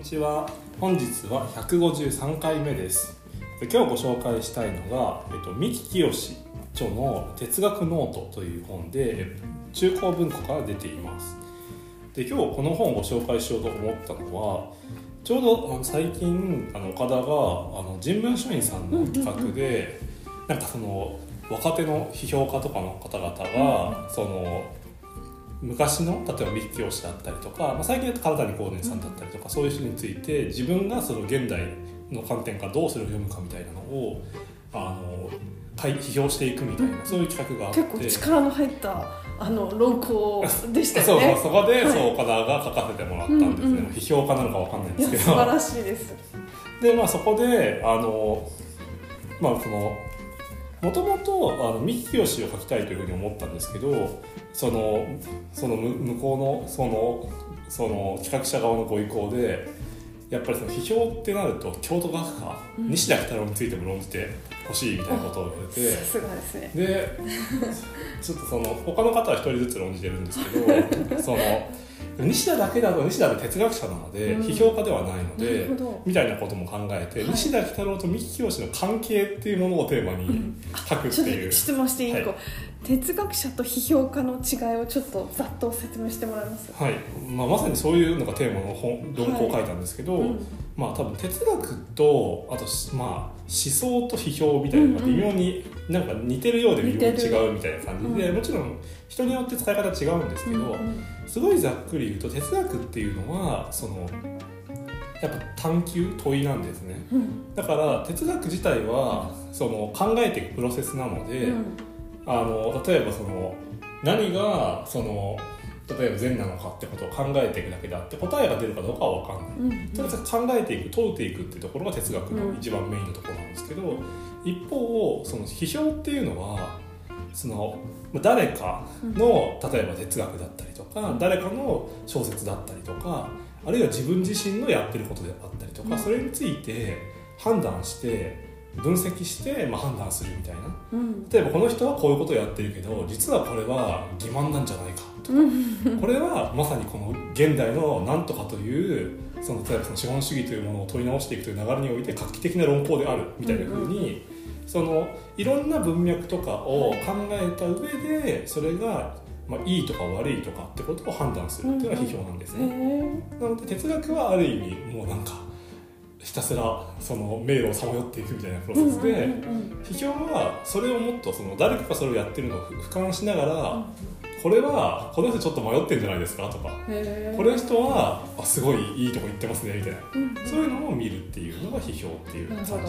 ちは。本日は153回目です。で今日ご紹介したいのが、三木清著の哲学ノートという本で中高文庫から出ています。で今日この本をご紹介しようと思ったのは、ちょうど最近岡田が人文書院さんの企画で、なんかその若手の批評家とかの方々が、その昔の例えば三木清だったりとか、最近だと唐谷公年さんだったりとか、そういう人について自分がその現代の観点からどうそれを読むかみたいなのを批評していくみたいな、そういう企画があって、 結構力の入った論考でしたよね。 そこで、岡田が書かせてもらったんですね。批評家なのかわかんないんですけど、 素晴らしいです。 で、そこでもともと三木清を書きたいというふうに思ったんですけど、その向こうのその企画者側のご意向で、やっぱりその批評ってなると京都学科、西田喜太郎についても論じてほしいみたいなことを言われて、 さすがですね。 でちょっと他の方は一人ずつ論じてるんですけど西田だけだと西田で哲学者なので、批評家ではないのでみたいなことも考えて、西田喜太郎と三木清の関係っていうものをテーマに書くっていう、 質問していいか、哲学者と批評家の違いをちょっとざっと説明してもらえますか。 はい、まさにそういうのがテーマの論考を書いたんですけど、多分哲学とあと思想と批評みたいなのが微妙になんか似てるようで微妙に違うみたいな感じで、もちろん人によって使い方違うんですけど、すごいざっくり言うと哲学っていうのはやっぱ探求問いなんですね、だから哲学自体は考えていくプロセスなので、例えば何が例えば善なのかってことを考えていくだけであって、答えが出るかどうかは分かんない、とにかく考えていく、問うていくっていうところが哲学の一番メインのところなんですけど、一方批評っていうのは誰かの例えば哲学だったりとか、誰かの小説だったりとか、あるいは自分自身のやってることであったりとか、それについて判断して分析して判断するみたいな、例えばこの人はこういうことをやってるけど実はこれは欺瞞なんじゃないかとか、これはまさにこの現代のなんとかという例えば資本主義というものを問い直していくという流れにおいて画期的な論考であるみたいな風に、いろんな文脈とかを考えた上でそれがいいとか悪いとかってことを判断するっていうのが批評なんですね、なので哲学はある意味もうなんかひたすら迷路をさまよっていくみたいなプロセスで、批評はそれをもっと誰かがそれをやってるのを俯瞰しながら、この人ちょっと迷ってるんじゃないですかとか、この人はすごいいいとこ行ってますねみたいな、そういうのを見るっていうのが批評っていう感じです。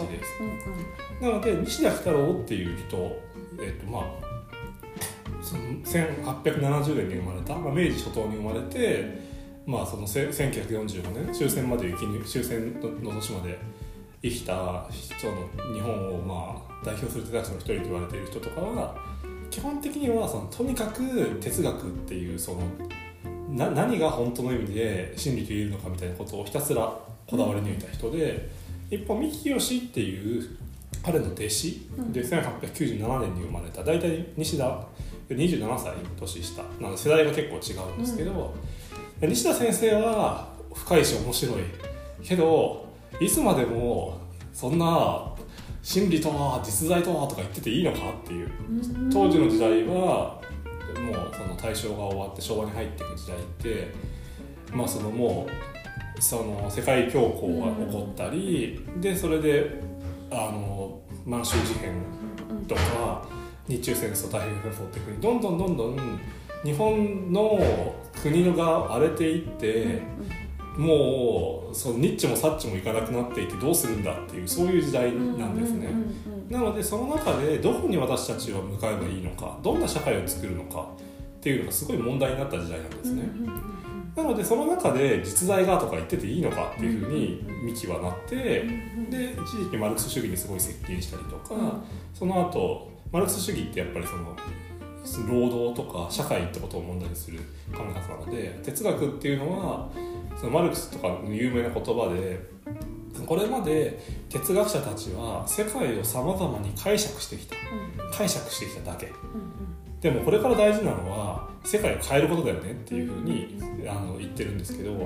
なので西田喜太郎っていう人、1870年に生まれた、明治初頭に生まれて、1945年終戦まで終戦の年まで生きた人の日本を代表する哲学者の一人と言われている人とかは、基本的にはとにかく哲学っていう何が本当の意味で真理と言えるのかみたいなことをひたすらこだわり抜いた人で、一方三木清っていう彼の弟子で1897年に生まれた、大体西田27歳年下なので世代が結構違うんですけど、西田先生は深いし面白いけど、いつまでもそんな真理とは実在とはとか言ってていいのかっていう、当時の時代はもう大正が終わって昭和に入っていく時代って、もう世界恐慌が起こったり、でそれで満州事変とか日中戦争、太平洋戦争っていうふうにどんどん日本の国が荒れていって、もうニッチもサッチもいかなくなっていてどうするんだっていう、そういう時代なんですね。なのでその中でどこに私たちは向かえばいいのか、どんな社会を作るのかっていうのがすごい問題になった時代なんですね。なのでその中で実在がとか言ってていいのかっていうふうに三木はなって、で一時期マルクス主義にすごい接近したりとか、その後マルクス主義ってやっぱり労働とか社会ってことを問題にする考え方なので、哲学っていうのはマルクスとかの有名な言葉で、これまで哲学者たちは世界をさまざまに解釈してきただけ、でもこれから大事なのは世界を変えることだよねっていうふうに言ってるんですけど、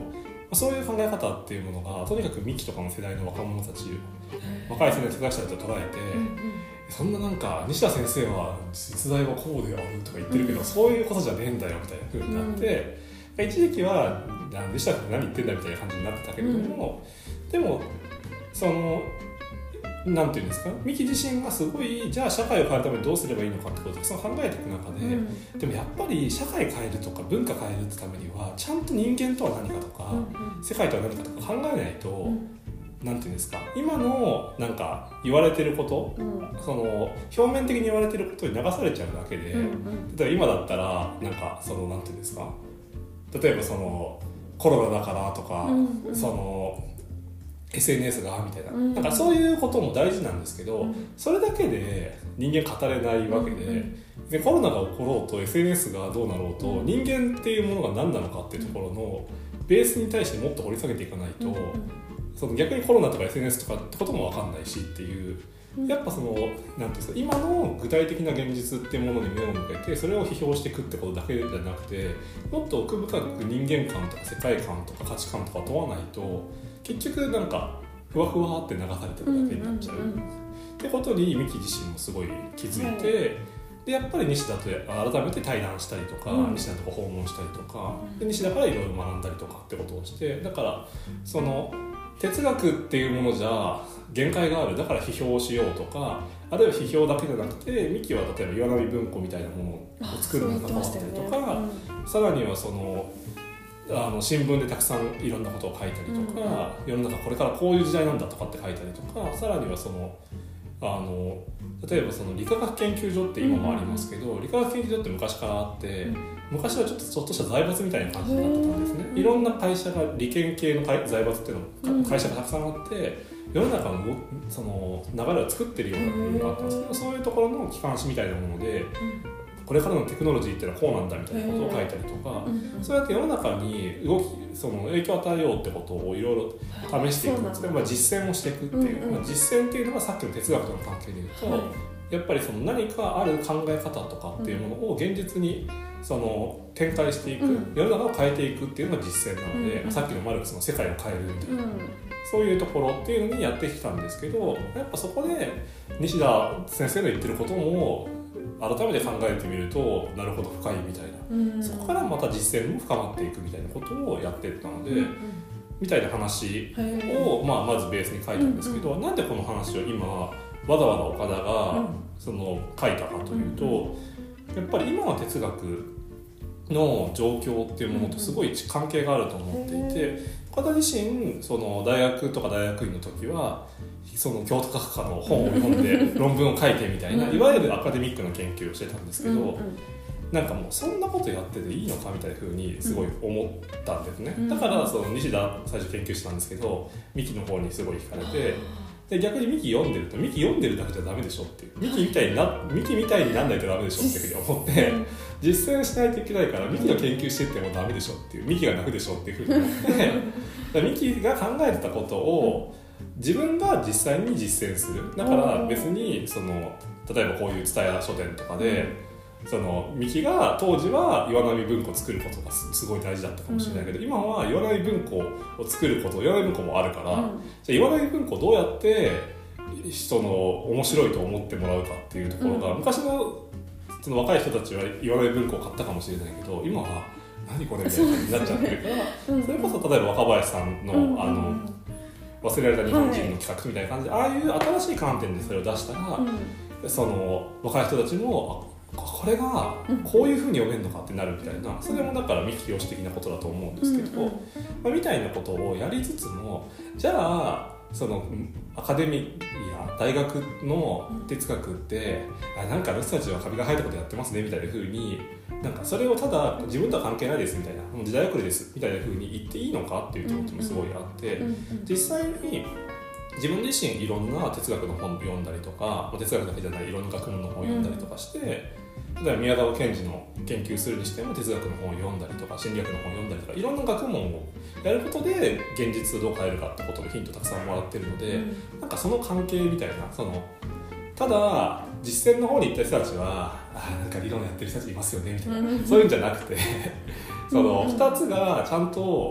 そういう考え方っていうものがとにかくミキとかの世代の若者たち、若い世代の哲学者と捉えて、そんななんか西田先生は実在はこうであるとか言ってるけど、そういうことじゃねえんだよみたいな風になって、一時期は西田君何言ってんだみたいな感じになってたけれども、でもそのなんていうんですか、ミキ自身がすごいじゃあ社会を変えるためにどうすればいいのかってことをたくさん考えていく中で、でもやっぱり社会変えるとか文化変えるってためにはちゃんと人間とは何かとか、世界とは何かとか考えないと、なんていうんですか、今のなんか言われてること、その表面的に言われてることに流されちゃうだけで、例えば今だったらなんかそのなんていうんですか、例えばそのコロナだからとか、そのSNS がみたいな、なんかそういうことも大事なんですけど、それだけで人間語れないわけで、コロナが起ころうと SNS がどうなろうと、人間っていうものが何なのかっていうところのベースに対してもっと掘り下げていかないと、その逆にコロナとか SNS とかってことも分かんないしっていう、やっぱそのなんていうんですか、今の具体的な現実っていうものに目を向けてそれを批評していくってことだけじゃなくて、もっと奥深く人間観とか世界観とか価値観とか問わないと、結局なんかふわふわって流されてるだけになっちゃう、ってことにミキ自身もすごい気づいて、でやっぱり西田と改めて対談したりとか、西田のとこ訪問したりとかで、西田からいろいろ学んだりとかってことをして、だからその哲学っていうものじゃ限界がある、だから批評をしようとか、あるいは批評だけじゃなくてミキは例えば岩波文庫みたいなものを作るのに関わったりとか、さらにはその新聞でたくさんいろんなことを書いたりとか、世の中これからこういう時代なんだとかって書いたりとか、さらにはその例えばその理化学研究所って今もありますけど、理化学研究所って昔からあって、昔はちょっとした財閥みたいな感じになってたんですね。いろんな会社が、理研系の財閥っていうの会社がたくさんあって、世の中のその流れを作ってるようなものがあったんですけど、そういうところの機関誌みたいなもので、これからのテクノロジーっていうのはこうなんだみたいなことを書いたりとか、そうやって世の中にその影響を与えようってことをいろいろ試していくんですけど、実践をしていくっていう、実践っていうのがさっきの哲学との関係でいうと、やっぱりその何かある考え方とかっていうものを現実にその展開していく、世の中を変えていくっていうのが実践なので、さっきのマルクスの世界を変えるみたいな、そういうところっていうのにやってきたんですけど、やっぱそこで西田先生の言ってることも改めて考えてみるとなるほど深いみたいな、そこからまた実践も深まっていくみたいなことをやっていったので、みたいな話を、まずベースに書いたんですけど、なんでこの話を今わざわざ岡田がその書いたかというと、やっぱり今の哲学の状況っていうものとすごい関係があると思っていて、岡田自身その大学とか大学院の時はその京都学科の本を読んで論文を書いてみたいな、いわゆるアカデミックな研究をしてたんですけど、なんかもうそんなことやってていいのかみたいな風にすごい思ったんですね。だからその西田最初研究したんですけど、ミキの方にすごい惹かれて、で逆にミキ読んでると、ミキ読んでるだけじゃダメでしょっていう、ミキみたいになんないとダメでしょっていうふうに思って、実践しないといけないからミキの研究してってもダメでしょっていう、ミキが泣くでしょっていうふうに思ってミキが考えてたことを自分が実際に実践する。だから別にその例えばこういう蔦屋書店とかでそのミキが当時は岩波文庫を作ることがすごい大事だったかもしれないけど、今は岩波文庫を作ること、岩波文庫もあるから、じゃあ岩波文庫をどうやって人の面白いと思ってもらうかっていうところが、昔のその若い人たちは岩波文庫を買ったかもしれないけど、今は何これみたいな感じになっちゃってるからそれこそ例えば若林さんの忘れられた日本人の企画みたいな感じで、ああいう新しい観点でそれを出したら、その若い人たちもこれがこういう風に読めるのかってなるみたいな、それもだからミキヨシ的なことだと思うんですけど、みたいなことをやりつつも、じゃあそのアカデミーや大学の哲学ってなんかあの人たちはカビが生えたことやってますねみたいな風に、なんかそれをただ自分とは関係ないですみたいな、もう時代遅れですみたいな風に言っていいのかっていう気持ちもすごいあって、実際に自分自身いろんな哲学の本を読んだりとか、哲学だけじゃないいろんな学問の本を読んだりとかして、例えば宮沢賢治の研究するにしても哲学の本を読んだりとか、心理学の本を読んだりとか、いろんな学問をやることで現実をどう変えるかってことのヒントをたくさんもらってるので、なんかその関係みたいな、そのただ実践の方に行った人たちはなんか理論やってる人たちいますよねみたいな、そういうんじゃなくてその2つがちゃんと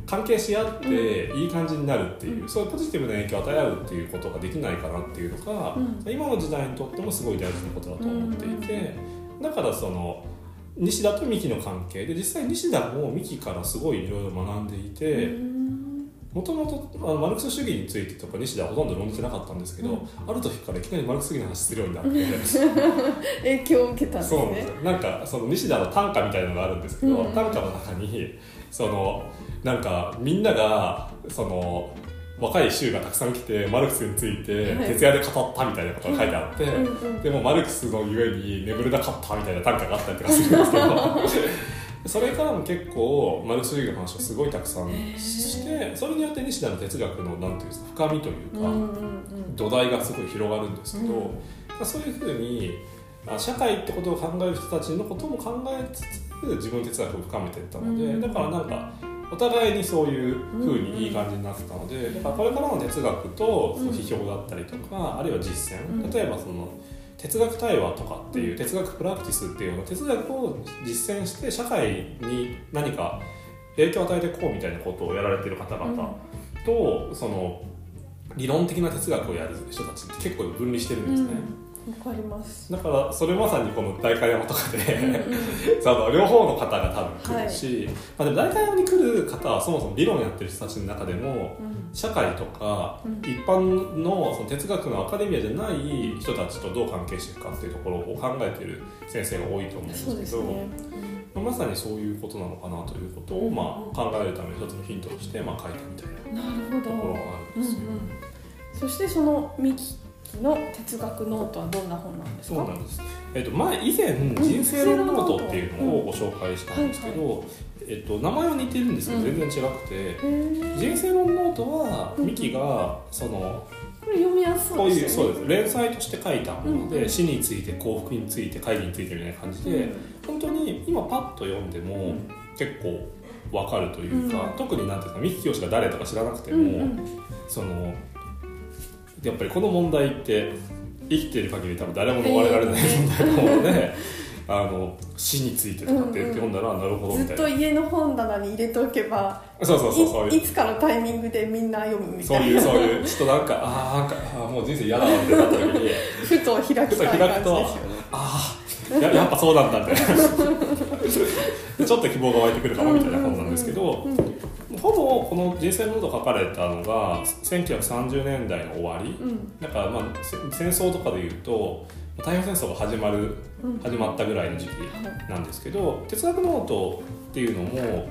関係し合っていい感じになるっていう、そういうポジティブな影響を与え合うっていうことができないかなっていうのが、今の時代にとってもすごい大事なことだと思っていて、だからその西田と三木の関係で、実際西田も三木からすごいいろいろ学んでいて、もともとマルクス主義についてとか西田はほとんど論じてなかったんですけど、ある時からいきなりマルクス主義の話するようになって影響を受けたんですね。 そうなんですよ。なんかその西田の短歌みたいなのがあるんですけど、短歌の中にそのなんかみんながその若い衆がたくさん来てマルクスについて徹夜で語ったみたいなことが書いてあって、でもマルクスのゆえに眠れなかったみたいな短歌があったりとかするんですけどそれからも結構マルクス主義の話をすごいたくさんして、それによって西田の哲学のなんていうんですか、深みというか、土台がすごい広がるんですけど、そういうふうに社会ってことを考える人たちのことも考えつつ自分の哲学を深めていったので、だからなんかお互いにそういうふうにいい感じになってたので、だからこれからの哲学とその批評だったりとか、あるいは実践、例えばその哲学対話とかっていう哲学プラクティスっていうような哲学を実践して社会に何か影響を与えていこうみたいなことをやられている方々と、その理論的な哲学をやる人たちって結構分離してるんですね。 わかります。 だからそれまさにこの代官山とかでその両方の方が多分来るし、でも代官山に来る方はそもそも理論やってる人たちの中でも、社会とか一般のその哲学のアカデミアじゃない人たちとどう関係していくかっていうところを考えている先生が多いと思うんですけど、まさにそういうことなのかなということを考えるための一つのヒントとして書いたみたいなところがあるんですよ。 そしてその三木の哲学ノートはどんな本なんですか？ そうなんです。以前人生論ノートっていうのをご紹介したんですけど、名前は似てるんですけど全然違くて、人生論ノートは三木がそのこれ読みやすそうですよね。 そうです。連載として書いたもので、死について幸福について会議についてみたいな感じで、本当に今パッと読んでも結構わかるというか、特になんていうか三木清が誰とか知らなくても、そのやっぱりこの問題って生きている限り多分誰も逃れられない問題だと思うので、死についてとかって読んだらなるほどみたいな、 ずっと家の本棚に入れておけば、 そういつかのタイミングでみんな読むみたいな、 そういうちょっとなんかもう人生嫌だなってなった時にふと開きたい感じですよね。 やっぱそうなんだみたいなちょっと希望が湧いてくるかもみたいな本なんですけど、ほぼこの人生ノート書かれたのが1930年代の終わり、だから戦争とかでいうと太平洋戦争が始まったぐらいの時期なんですけど、哲学ノートっていうのも、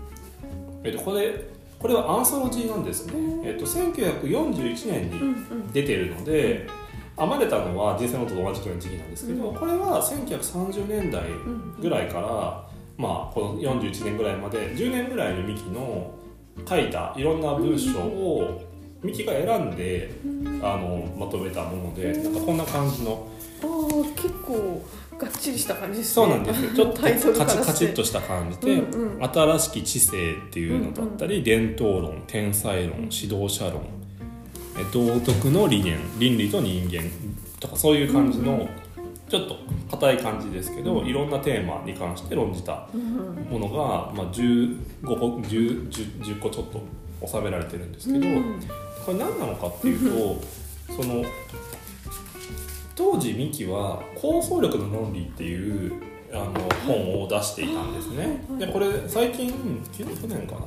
これはアンソロジーなんですね。1941年に出てるので、編まれたのは人生ノートと同じくらいの時期なんですけど、これは1930年代ぐらいから、この41年ぐらいまで10年ぐらいの三木の書いたいろんな文章を三木が選んでまとめたもので、なんかこんな感じの結構がっちりした感じですね。 そうなんですよ。ちょっとカチッとした感じで、新しき知性っていうのだったり、伝統論、天才論、指導者論、道徳の理念、倫理と人間とかそういう感じの、ちょっと硬い感じですけど、いろんなテーマに関して論じたものが、10個ちょっと収められてるんですけど、これ何なのかっていうと、その当時三木は構想力の論理っていう本を出していたんですね。でこれ最近去年かな、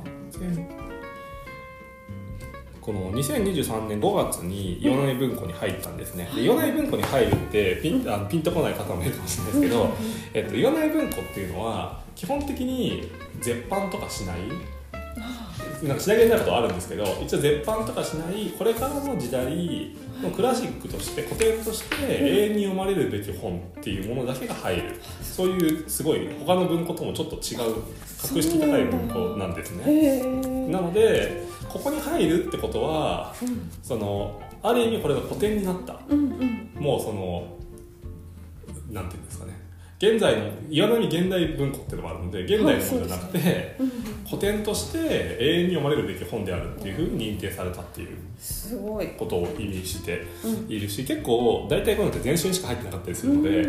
この2023年5月に岩波文庫に入ったんですね。で岩波文庫に入るってピンとこない方もいるかもしれないですけど、岩波文庫っていうのは基本的に絶版とかしない、なんか仕上げになることはあるんですけど、一応絶版とかしないこれからの時代のクラシックとして古典として永遠に読まれるべき本っていうものだけが入る、そういうすごい他の文庫ともちょっと違う格式高い文庫なんですね。なのでここに入るってことは、そのある意味これが古典になった、もうそのなんていうんですかね、現在の岩波現代文庫っていうのもあるので、現代のものじゃなくて、古典として永遠に読まれるべき本であるっていうふうに認定されたっていうことを意味しているし、結構大体こういうのって全集しか入ってなかったりするので、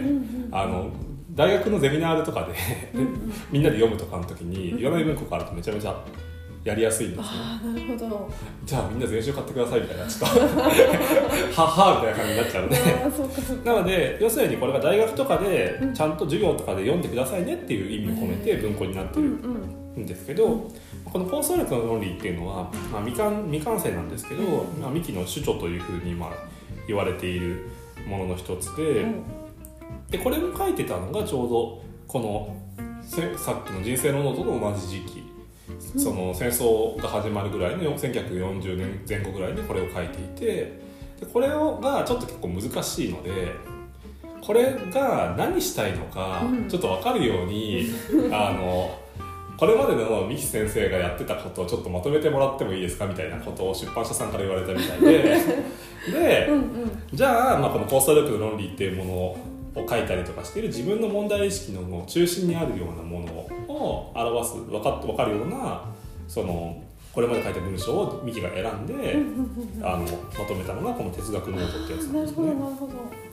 大学のゼミナールとかでみんなで読むとかの時に岩波文庫があるとめちゃめちゃやりやすいんですね。 ああなるほど。 じゃあみんな全集買ってくださいみたいなちょっとははみたいな感じになっちゃうのであそうかそうか。 なので要するにこれが大学とかでちゃんと授業とかで読んでくださいねっていう意味を込めて文庫になってるんですけど、この構想力の論理っていうのは、未完成なんですけど、ミキの主張というふうに言われているものの一つで、これを書いてたのがちょうどこのさっきの人生のノートと同じ時期、その戦争が始まるぐらいの1940年前後ぐらいにこれを書いていて、でこれがちょっと結構難しいので、これが何したいのかちょっと分かるように、これまでの三木先生がやってたことをちょっとまとめてもらってもいいですかみたいなことを出版社さんから言われたみたいでで、じゃあ、この構想力の論理っていうものを書いたりとかしている自分の問題意識の中心にあるようなものを表す分かるようなこれまで書いた文章をミキが選んでまとめたのがこの哲学ノートってやつなんですね。 なるほど。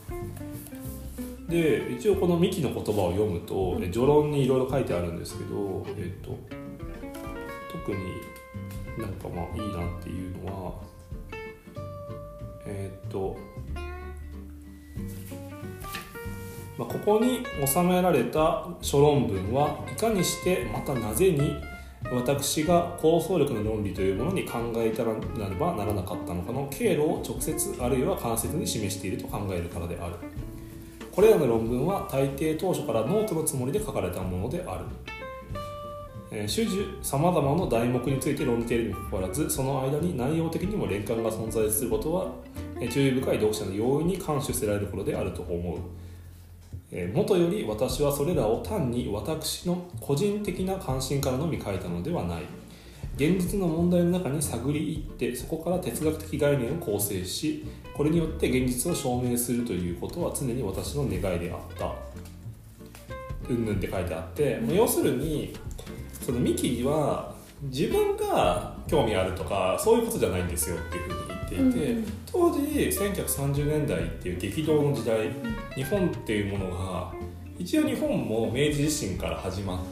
で一応このミキの言葉を読むと序論にいろいろ書いてあるんですけど、特になんかいいなっていうのはここに収められた諸論文はいかにしてまたなぜに私が構想力の論理というものに考えたらなればならなかったのかの経路を直接あるいは間接に示していると考えるからである。これらの論文は大抵当初からノートのつもりで書かれたものである。種々さまざまな題目について論じているにもかかわらず、その間に内容的にも連関が存在することは注意深い読者の容易に監視せられることであると思う。もとより私はそれらを単に私の個人的な関心からのみ書いたのではない。現実の問題の中に探り入ってそこから哲学的概念を構成し、これによって現実を証明するということは常に私の願いであったうんぬんって書いてあって、要するにそのミキは自分が興味あるとかそういうことじゃないんですよっていうふうに言っていて、当時1930年代っていう激動の時代、日本っていうものが一応日本も明治維新から始まって、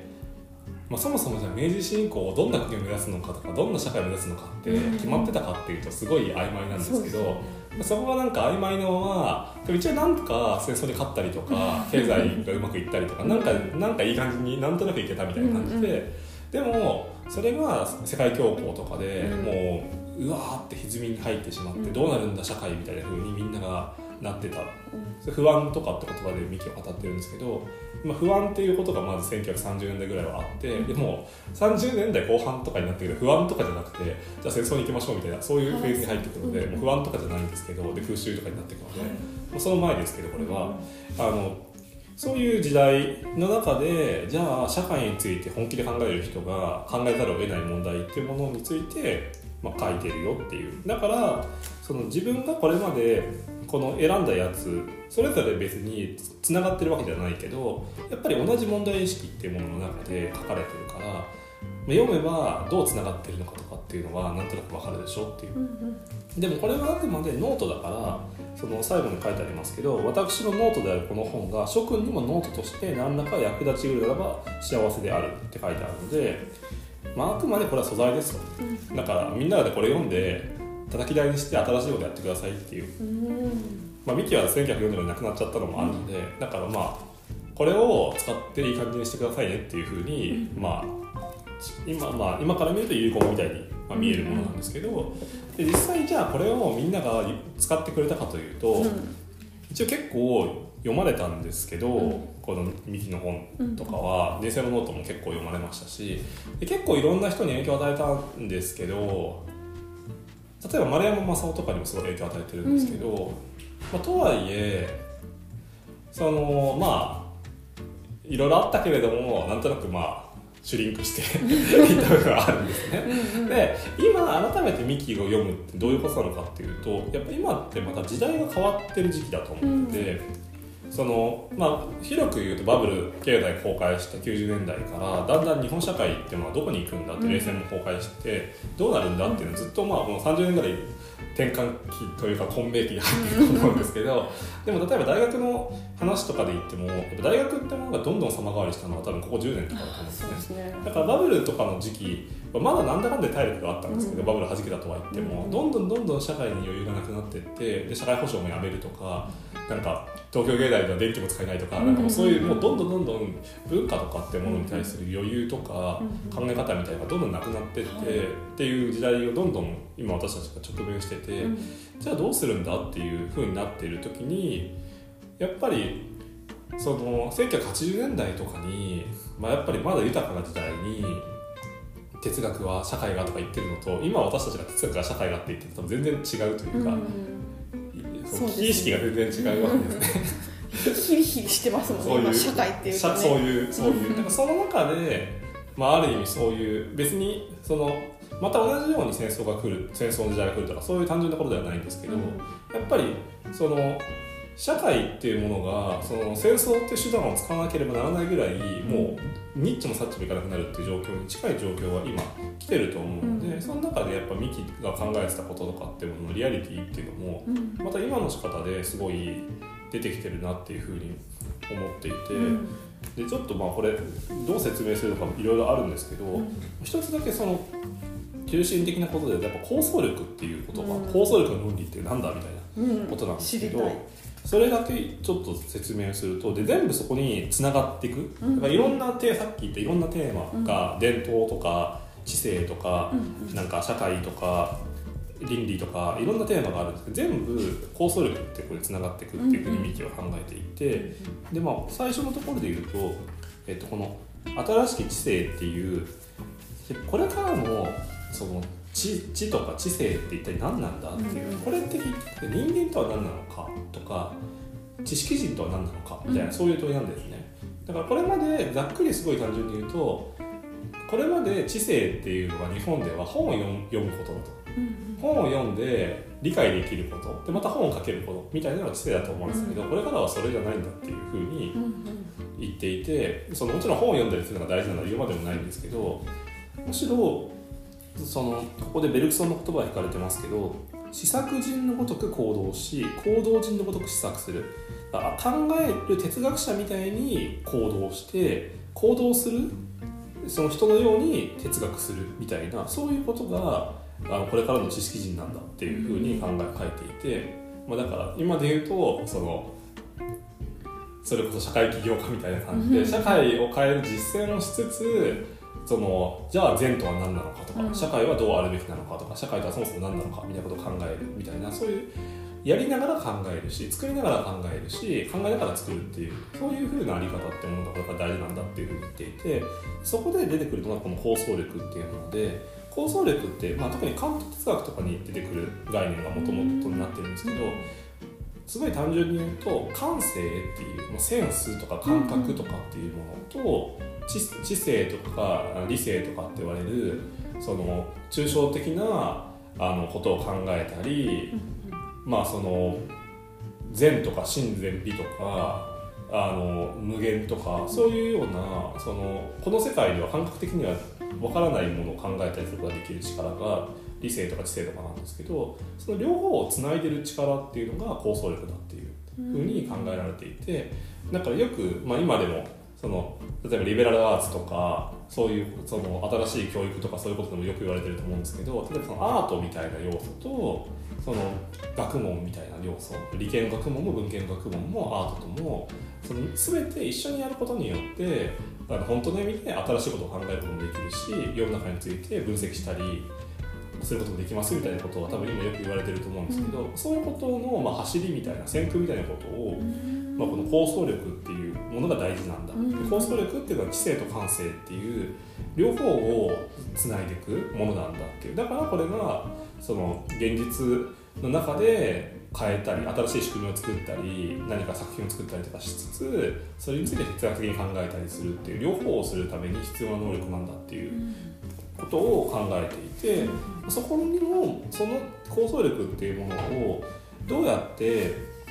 そもそもじゃあ明治維新以降どんな国を目指すのかとかどんな社会を目指すのかって決まってたかっていうとすごい曖昧なんですけど、そこがなんか曖昧なまま一応なんとか戦争に勝ったりとか経済がうまくいったりとかなんかいい感じになんとなくいけたみたいな感じで、でもそれが世界恐慌とかでもうわーって歪みに入ってしまってどうなるんだ社会みたいな風にみんながなってた。不安とかって言葉でミキは語ってるんですけど、不安っていうことがまず1930年代ぐらいはあって、でも30年代後半とかになってくる不安とかじゃなくてじゃあ戦争に行きましょうみたいなそういうフェーズに入ってくるので、もう不安とかじゃないんですけど、で空襲とかになってくるので、その前ですけどこれはそういう時代の中でじゃあ社会について本気で考える人が考えざるを得ない問題っていうものについて、書いてるよっていう。だからその自分がこれまでこの選んだやつそれぞれ別につながってるわけじゃないけど、やっぱり同じ問題意識っていうものの中で書かれてるから、読めばどうつながってるのかとかっていうのはなんとなく分かるでしょっていう、でもこれはあくまでノートだから、その最後に書いてありますけど、私のノートであるこの本が諸君にもノートとして何らか役立ちうるならば幸せであるって書いてあるので、あくまでこれは素材ですよ、だからみんなでこれ読んで叩き台にして新しいことやってくださいっていう、ミキは1940年に亡くなっちゃったのもあるので、だからこれを使っていい感じにしてくださいねっていうふうに、今から見ると有効みたいに見えるものなんですけど、で実際じゃあこれをみんなが使ってくれたかというと、一応結構読まれたんですけど、このミキの本とかは人生のノートも結構読まれましたし、で結構いろんな人に影響を与えたんですけど、例えば丸山正雄とかにもすごい影響を与えてるんですけど、とはいえいろいろあったけれどもなんとなくシュリンクしていった部分があるんですね。で今改めてミキを読むってどういうことなのかっていうと、やっぱ今ってまた時代が変わってる時期だと思ってて、 広く言うとバブル経済崩壊した90年代からだんだん日本社会っていうのはどこに行くんだって冷戦も崩壊してどうなるんだっていうのをずっともう30年ぐらい転換期というか混迷期に入っていると思うんですけどでも例えば大学の話とかで言っても大学ってものがどんどん様変わりしたのは多分ここ10年とかだと思うんですね。だからバブルとかの時期まだなんだかんだ体力があったんですけど、バブル弾けたとは言ってもどんどん社会に余裕がなくなっていってで社会保障もやめるとかなんか東京芸大では電気も使えないとか、なんかもうそういうもうどんどん文化とかってものに対する余裕とか考え方みたいなのがどんどんなくなっていってっていう時代をどんどん今私たちが直面してて、じゃあどうするんだっていう風になっている時にやっぱりその1980年代とかに、やっぱりまだ豊かな時代に哲学は社会がとか言ってるのと今私たちが哲学が社会がって言ってると多分全然違うというか、危機意識が全然違うわけですね。 ヒリヒリしてますもんね、社会っていうとね。 そういうだからその中で、ある意味そういう別にまた同じように戦争の時代が来るとかそういう単純なことではないんですけど、やっぱり社会っていうものが戦争っていう手段を使わなければならないぐらいもうニッチもサッチもいかなくなるっていう状況に近い状況は今来てると思うので、その中でやっぱミキが考えてたこととかっていうもののリアリティっていうのもまた今の仕方ですごい出てきてるなっていうふうに思っていて、でちょっとこれどう説明するのかいろいろあるんですけど、一つだけ中心的なことでやっぱ構想力っていう言葉、構想力の論理ってなんだみたいなことなんですけど、それだけちょっと説明するとで全部そこに繋がっていく、だからいろんなさっき言ったいろんなテーマが、伝統とか知性とか、なんか社会とか倫理とかいろんなテーマがあるんですけど全部構想力ってこれ繋がっていくっていうふうにミキは考えていて、で最初のところで言うと、この新しき知性っていうこれからの知とか知性って一体何なんだっていう、これって人間とは何なのかとか知識人とは何なのかみたいな、そういう問いなんですね。だからこれまでざっくりすごい単純に言うとこれまで知性っていうのは日本では本を読むことだと、本を読んで理解できることでまた本を書けることみたいなのが知性だと思うんですけど、これからはそれじゃないんだっていうふうに言っていて、もちろん本を読んだりするのが大事なのは言うまでもないんですけど、むしろここでベルクソンの言葉が引かれてますけど、思索人のごとく行動し行動人のごとく思索する、考える哲学者みたいに行動して行動するその人のように哲学するみたいな、そういうことがこれからの知識人なんだっていうふうに書いていて、だから今で言うとそれこそ社会起業家みたいな感じで社会を変える実践をしつつじゃあ善とは何なのかとか、社会はどうあるべきなのかとか、社会とはそもそも何なのかみたいなことを考えるみたいな、そういうやりながら考えるし作りながら考えるし考えながら作るっていうそういう風なあり方っていうものがこれから大事なんだっていうふうに言っていて、そこで出てくるのがこの構想力っていうもので、構想力って、特にカント哲学とかに出てくる概念がもともとになってるんですけど、すごい単純に言うと感性っていう、センスとか感覚とかっていうものと知性とか理性とかって言われる抽象的なことを考えたり、善とか真善美とか無限とかそういうようなこの世界では感覚的には分からないものを考えたりすることができる力が理性とか知性とかなんですけど、その両方をつないでる力っていうのが構想力だっていうふうに考えられていて、だからよく、今でも例えばリベラルアーツとかそういう新しい教育とかそういうことでもよく言われてると思うんですけど、例えばアートみたいな要素と学問みたいな要素、理系の学問も文系の学問もアートとも全て一緒にやることによって本当の意味で新しいことを考えることもできるし、世の中について分析したりすることもできますみたいなことは多分今よく言われてると思うんですけど、そういうことの走りみたいな先駆みたいなことを、この構想力っていうものが大事なんだ、構想力っていうのは知性と感性っていう両方をつないでいくものなんだっていう、だからこれが現実の中で変えたり新しい仕組みを作ったり何か作品を作ったりとかしつつそれについて哲学的に考えたりするっていう両方をするために必要な能力なんだっていうことを考えていて、そこにもその構想力っていうものをどうやって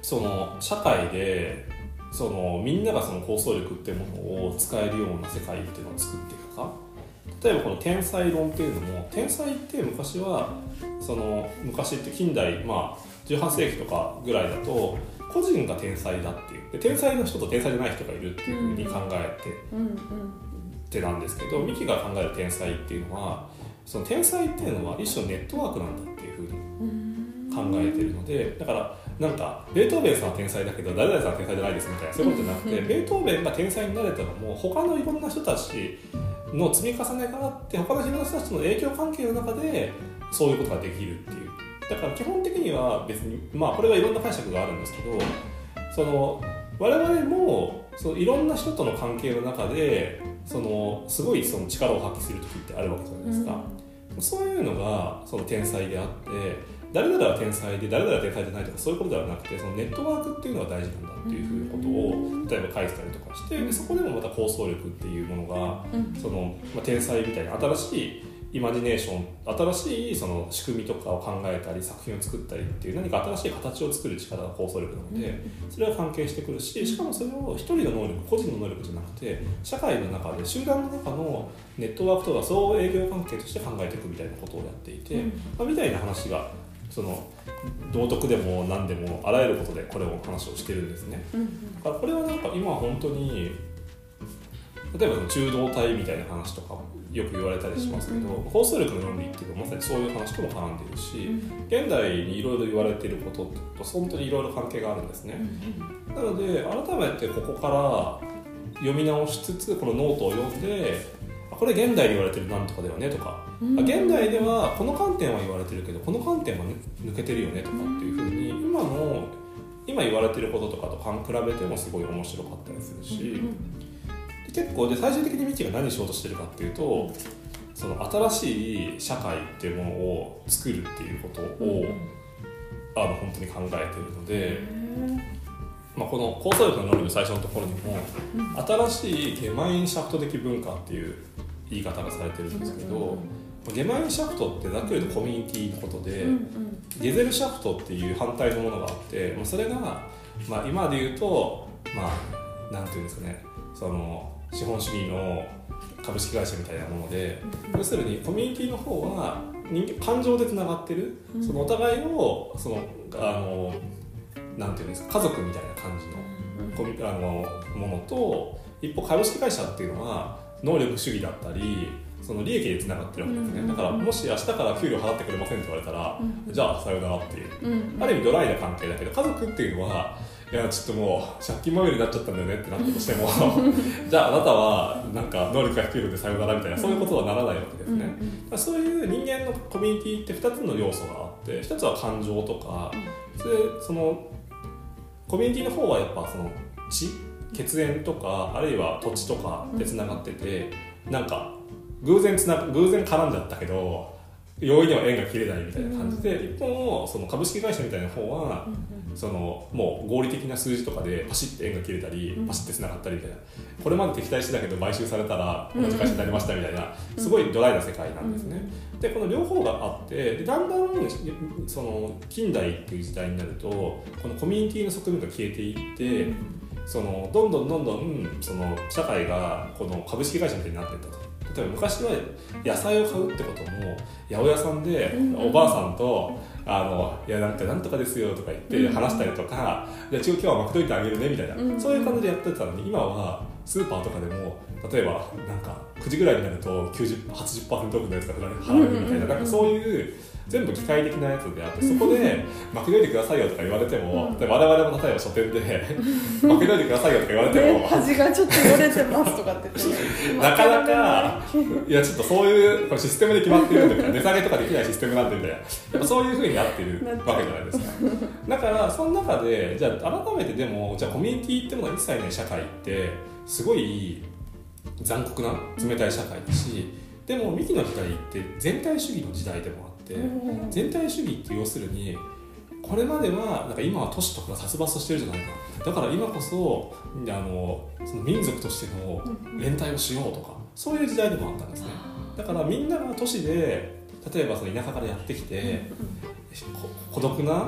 その社会でそのみんながその構想力っていうものを使えるような世界っていうのを作っていくか。例えばこの天才論っていうのも、天才って昔はその昔って近代、18世紀とかぐらいだと個人が天才だっていう、で天才の人と天才じゃない人がいるっていうふうに考えて、なんですけど、ミキが考える天才っていうのは、その天才っていうのは一種のネットワークなんだっていうふうに考えてるので、だからなんかベートーベンさんは天才だけど誰々さんは天才じゃないですみたいな、そういうことじゃなくて、ベートーベンが天才になれたのも他のいろんな人たちの積み重ねがあって、他のいろんな人たちの影響関係の中でそういうことができるっていう。だから基本的には別にこれはいろんな解釈があるんですけど、その我々もそのいろんな人との関係の中でそのすごいその力を発揮する時ってあるわけじゃないですか、そういうのがその天才であって、誰々は天才で誰々は天才じゃないとかそういうことではなくて、そのネットワークっていうのが大事なんだっていうふうなことを例えば書いてたりとかして、でそこでもまた構想力っていうものが、その天才みたいな新しいイマジネーション、新しいその仕組みとかを考えたり作品を作ったりっていう何か新しい形を作る力が構想力なので、それは関係してくるし、しかもそれを一人の能力、個人の能力じゃなくて社会の中で集団の中のネットワークとか相互営業関係として考えていくみたいなことをやっていて、みたいな話がその道徳でも何でもあらゆることでこれを話をしてるんですね。だからこれはなんか今は本当に例えば中道体みたいな話とかよく言われたりしますけど、構想力の論理っていうのはまさにそういう話とも絡んでいるし、現代にいろいろ言われていることと本当にいろいろ関係があるんですね。なので改めてここから読み直しつつこのノートを読んで、これ現代に言われてるなんとかだよねとか、現代ではこの観点は言われてるけどこの観点は抜けてるよねとかっていうふうに今言われてることとかと比べてもすごい面白かったりするし、結構で最終的にミキが何しようとしてるかっていうと、その新しい社会っていうものを作るっていうことを、本当に考えているので、この構想力の論理の最初のところにも、新しいゲマインシャフト的文化っていう言い方がされてるんですけど、ゲマインシャフトってざっくり言うとコミュニティのことで、ゲゼルシャフトっていう反対のものがあって、それが、今で言うとなんていうんですかね、その資本主義の株式会社みたいなもので、要するにコミュニティの方は感情でつながってる、そのお互いをそのなんていうんですか、家族みたいな感じのものと、一方株式会社っていうのは能力主義だったりその利益でつながってるわけですね。だからもし明日から給料払ってくれませんって言われたら、じゃあさよならっていう、ある意味ドライな関係だけど、家族っていうのはいやちょっともう借金まみれになっちゃったんだよねってなったとしてもじゃああなたはなんか能力が低いのでさよならみたいな、そういうことはならないわけですね。そういう人間のコミュニティって2つの要素があって、1つは感情とか、そのコミュニティの方はやっぱその血縁とかあるいは土地とかでつながってて、なんか偶然絡んじゃったけど容易には縁が切れないみたいな感じで、一方その株式会社みたいな方はそのもう合理的な数字とかでパシッて縁が切れたりパシッてつながったりみたいな、これまで敵対してたけど買収されたら同じ会社になりましたみたいな、すごいドライな世界なんですね。でこの両方があって、だんだんその近代っていう時代になるとこのコミュニティの側面が消えていって、そのどんどんその社会がこの株式会社みたいになっていったと。例えば昔は野菜を買うってことも八百屋さんでおばあさんといやなんとかですよとか言って話したりとか、じゃあ今日は巻きといてあげるねみたいな、そういう感じでやってたのに、今はスーパーとかでも例えばなんか9時ぐらいになると 80% オフのやつが払えるみたいな、なんかそういう全部機械的なやつであって、そこで巻きといてくださいよとか言われても、我々も例えば書店で巻きといてくださいよとか言われても、 端がちょっと折れてますとかってなかなかいやちょっとそういうこれシステムで決まってるんだから値下げとかできないシステムなんでみたいな、やっぱそういう風になってるわけじゃないですか。だからその中でじゃあ改めてでもじゃあコミュニティってものが一切ない社会ってすごい残酷な冷たい社会だし、でもミキの時代って全体主義の時代でもあって、全体主義って要するにこれまではなんか今は都市とかが殺伐としてるじゃないか、だから今こそその民族としての連帯をしようとか、そういう時代でもあったんですね。だからみんなが都市で例えばその田舎からやってきて孤独な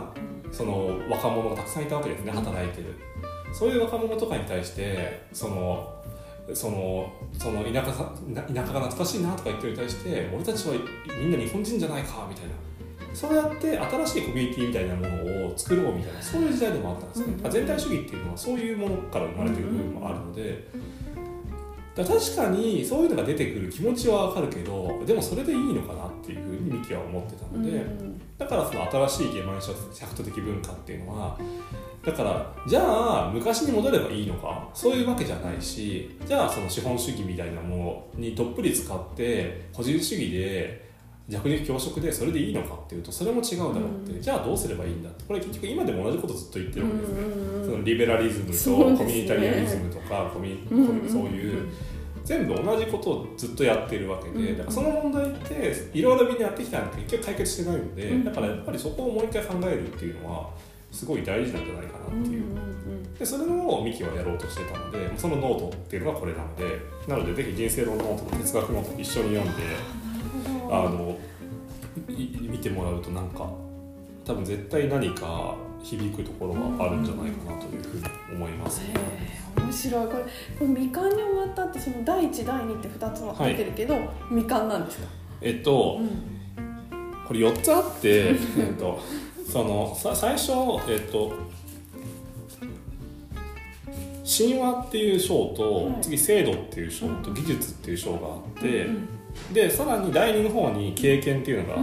その若者がたくさんいたわけですね、働いてる。そういう若者とかに対してその田舎が懐かしいなとか言ってるに対して俺たちはみんな日本人じゃないかみたいな、そうやって新しいコミュニティみたいなものを作ろうみたいな、そういう時代でもあったんですね、全体主義っていうのはそういうものから生まれてくる部分もあるので、だから確かにそういうのが出てくる気持ちはわかるけど、でもそれでいいのかなっていうふうにミキは思ってたので、だからその新しいゲマンシャフト的文化っていうのは、だからじゃあ昔に戻ればいいのか、そういうわけじゃないし、じゃあその資本主義みたいなものにどっぷり使って個人主義で弱肉強食でそれでいいのかっていうとそれも違うだろうって、じゃあどうすればいいんだって、これ結局今でも同じことずっと言ってるわけですね、そのリベラリズムとコミュニタリアリズムとかそういう全部同じことをずっとやっているわけで、だからその問題っていろいろみんなやってきたんだけど結局解決してないので、だからやっぱりそこをもう一回考えるっていうのはすごい大事なんじゃないかなっていう、でそれをミキはやろうとしてたので、そのノートっていうのがこれなのでぜひ人生論ノートと哲学ノート一緒に読んで見てもらうとなんか多分絶対何か響くところがあるんじゃないかなというふうに思います、 面白い。これ未完に終わったって、その第1第2って2つは出てるけど、未完なんですか？ これ4つあってその最初神話っていう章と、次制度っていう章と技術っていう章があって、でさらに第2の方に経験っていうのがあって、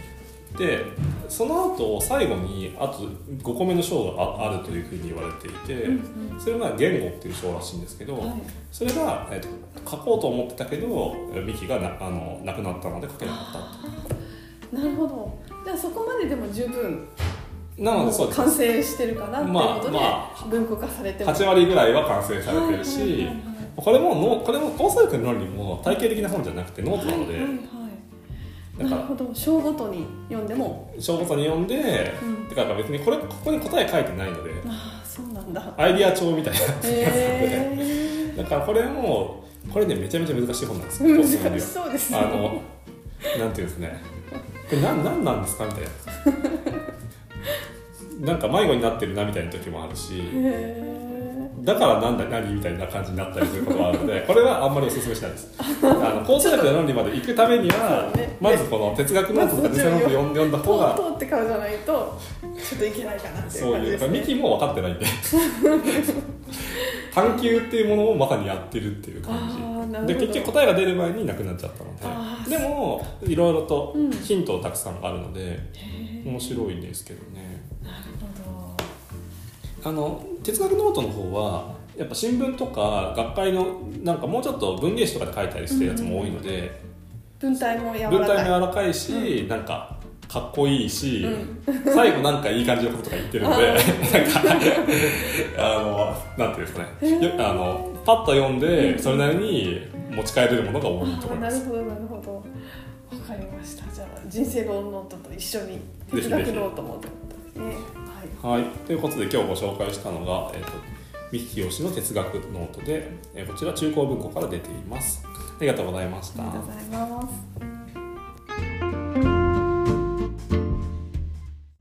でその後最後にあと5個目の章が あるというふうに言われていて、それが言語っていう章らしいんですけど、それが、書こうと思ってたけどミキが亡くなったので書けなかったと。 なるほど。じゃあそこまででも十分なのでそうです完成してるかなっていうことで文庫化されてます。 8割ぐらいは完成されてるし、これも構成力の論理も体系的な本じゃなくてノートなので、 なるほど。章ごとに読んでも章ごとに読んで、だから別にここに答え書いてないので、 そうなんだ、 アイディア帳みたいなやつで、だからこれねめちゃめちゃ難しい本なんですよ。 難しそうですね。 なんていうんですね、これ何なんですかみたいななんか迷子になってるなみたいな時もあるし、だから何みたいな感じになったりすることがあるのでこれはあんまりお勧めしないです。構成力の論理まで行くためには、まずこの哲学ノートとか哲学ノート読んだ方が通ってからじゃないとちょっといけないかなっていう感じですね。 ミキも分かってないんで探求っていうものをまさにやってるっていう感じで、結局答えが出る前になくなっちゃったので、でもいろいろとヒントたくさんあるので、面白いんですけどね。 なるほど。哲学ノートの方はやっぱ新聞とか学会のなんかもうちょっと文芸誌とかで書いたりしてるやつも多いので、 文体も柔らかいし、なんかかっこいいし、最後なんかいい感じのこととか言ってるのでなんていうんですかね、パッと読んでそれなりに持ち帰れるものが多いと思います。 なるほどなるほど、わかりました。じゃあ人生論ノートと一緒に哲学ノートもということですね。 はい、ということで今日ご紹介したのが、三木清の哲学ノートで、こちら中高文庫から出ています。ありがとうございました。 ありがとうございます。